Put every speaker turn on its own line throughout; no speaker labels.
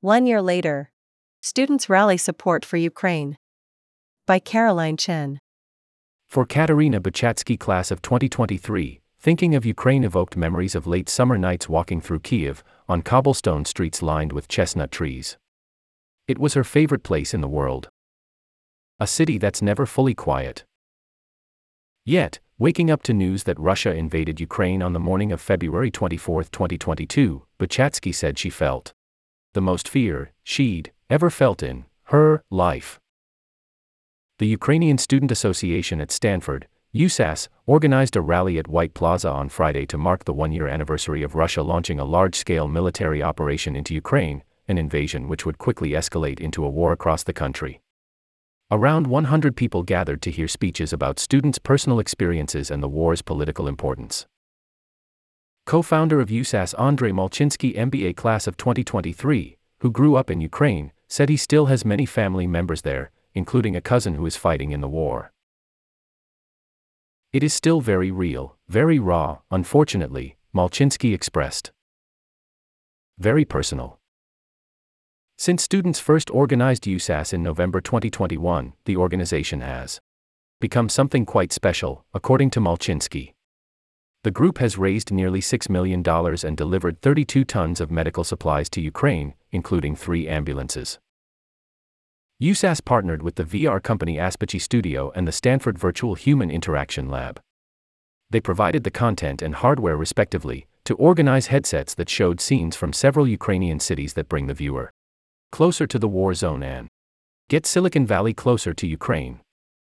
1 year later. Students rally support for Ukraine. By Caroline Chen.
For Katerina Bachatsky, class of 2023, thinking of Ukraine evoked memories of late summer nights walking through Kiev, on cobblestone streets lined with chestnut trees. It was her favorite place in the world. A city that's never fully quiet. Yet, waking up to news that Russia invaded Ukraine on the morning of February 24, 2022, Bachatsky said she felt the most fear she'd ever felt in her life. The Ukrainian Student Association at Stanford, USAS, organized a rally at White Plaza on Friday to mark the one-year anniversary of Russia launching a large-scale military operation into Ukraine, an invasion which would quickly escalate into a war across the country. Around 100 people gathered to hear speeches about students' personal experiences and the war's political importance. Co-founder of USAS Andrei Malchinsky, MBA class of 2023, who grew up in Ukraine, said he still has many family members there, including a cousin who is fighting in the war. It is still very real, very raw, unfortunately, Malchinsky expressed. Very personal. Since students first organized USAS in November 2021, the organization has become something quite special, according to Malchinsky. The group has raised nearly $6 million and delivered 32 tons of medical supplies to Ukraine, including 3 ambulances. USAS partnered with the VR company Aspici Studio and the Stanford Virtual Human Interaction Lab. They provided the content and hardware respectively, to organize headsets that showed scenes from several Ukrainian cities that bring the viewer closer to the war zone and get Silicon Valley closer to Ukraine.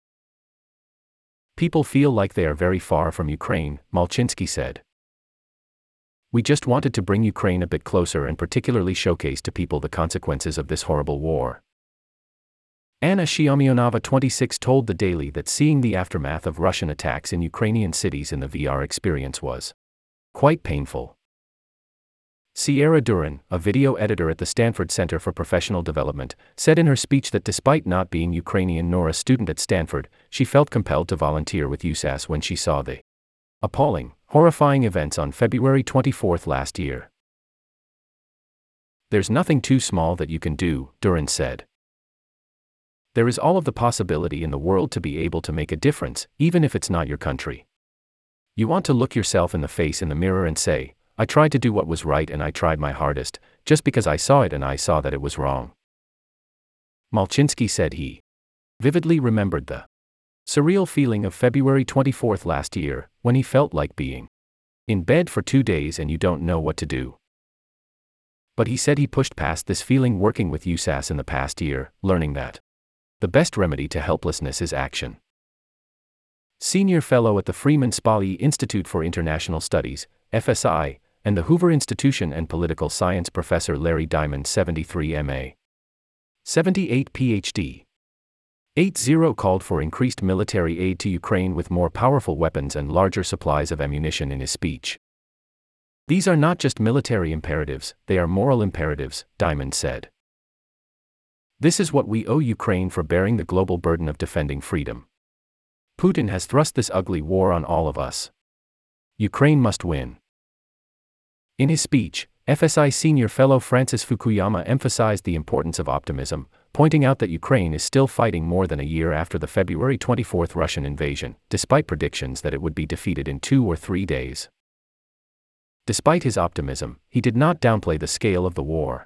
People feel like they are very far from Ukraine, Malchinsky said. We just wanted to bring Ukraine a bit closer and particularly showcase to people the consequences of this horrible war. Anna Shiamionova, 26, told The Daily that seeing the aftermath of Russian attacks in Ukrainian cities in the VR experience was quite painful. Sierra Duran, a video editor at the Stanford Center for Professional Development, said in her speech that despite not being Ukrainian nor a student at Stanford, she felt compelled to volunteer with USAS when she saw the appalling, horrifying events on February 24 last year. There's nothing too small that you can do, Duran said. There is all of the possibility in the world to be able to make a difference, even if it's not your country. You want to look yourself in the face in the mirror and say, I tried to do what was right and I tried my hardest, just because I saw it and I saw that it was wrong. Malchinsky said he vividly remembered the surreal feeling of February 24 last year, when he felt like being in bed for 2 days and you don't know what to do. But he said he pushed past this feeling working with USAS in the past year, learning that the best remedy to helplessness is action. Senior fellow at the Freeman Spalley Institute for International Studies, FSI, and the Hoover Institution and political science professor Larry Diamond, 73 MA. 78 PhD. 80 called for increased military aid to Ukraine with more powerful weapons and larger supplies of ammunition in his speech. These are not just military imperatives, they are moral imperatives, Diamond said. This is what we owe Ukraine for bearing the global burden of defending freedom. Putin has thrust this ugly war on all of us. Ukraine must win. In his speech, FSI senior fellow Francis Fukuyama emphasized the importance of optimism, pointing out that Ukraine is still fighting more than a year after the February 24 Russian invasion, despite predictions that it would be defeated in 2 or 3 days. Despite his optimism, he did not downplay the scale of the war.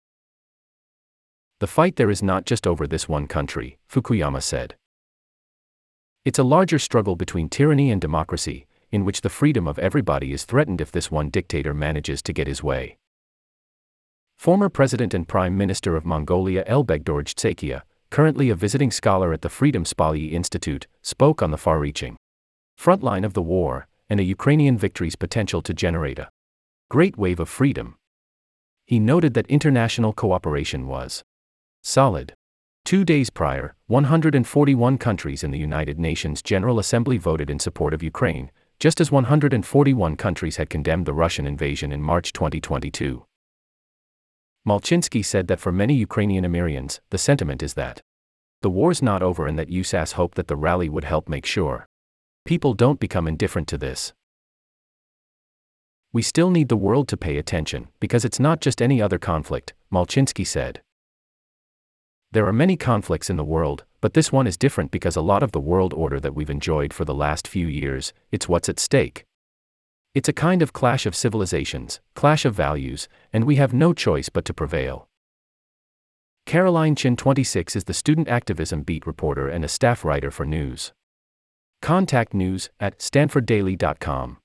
The fight there is not just over this one country, Fukuyama said. It's a larger struggle between tyranny and democracy, in which the freedom of everybody is threatened if this one dictator manages to get his way. Former President and Prime Minister of Mongolia Elbegdorj Tsakia, currently a visiting scholar at the Freedom Spalley Institute, spoke on the far-reaching front line of the war, and a Ukrainian victory's potential to generate a great wave of freedom. He noted that international cooperation was solid. 2 days prior, 141 countries in the United Nations General Assembly voted in support of Ukraine, just as 141 countries had condemned the Russian invasion in March 2022. Malchinsky said that for many Ukrainian Amerindians, the sentiment is that the war's not over and that USAS hoped that the rally would help make sure people don't become indifferent to this. We still need the world to pay attention, because it's not just any other conflict, Malchinsky said. There are many conflicts in the world, but this one is different because a lot of the world order that we've enjoyed for the last few years, it's what's at stake. It's a kind of clash of civilizations, clash of values, and we have no choice but to prevail. Caroline Chin, 26, is the student activism beat reporter and a staff writer for news. Contact news@stanforddaily.com.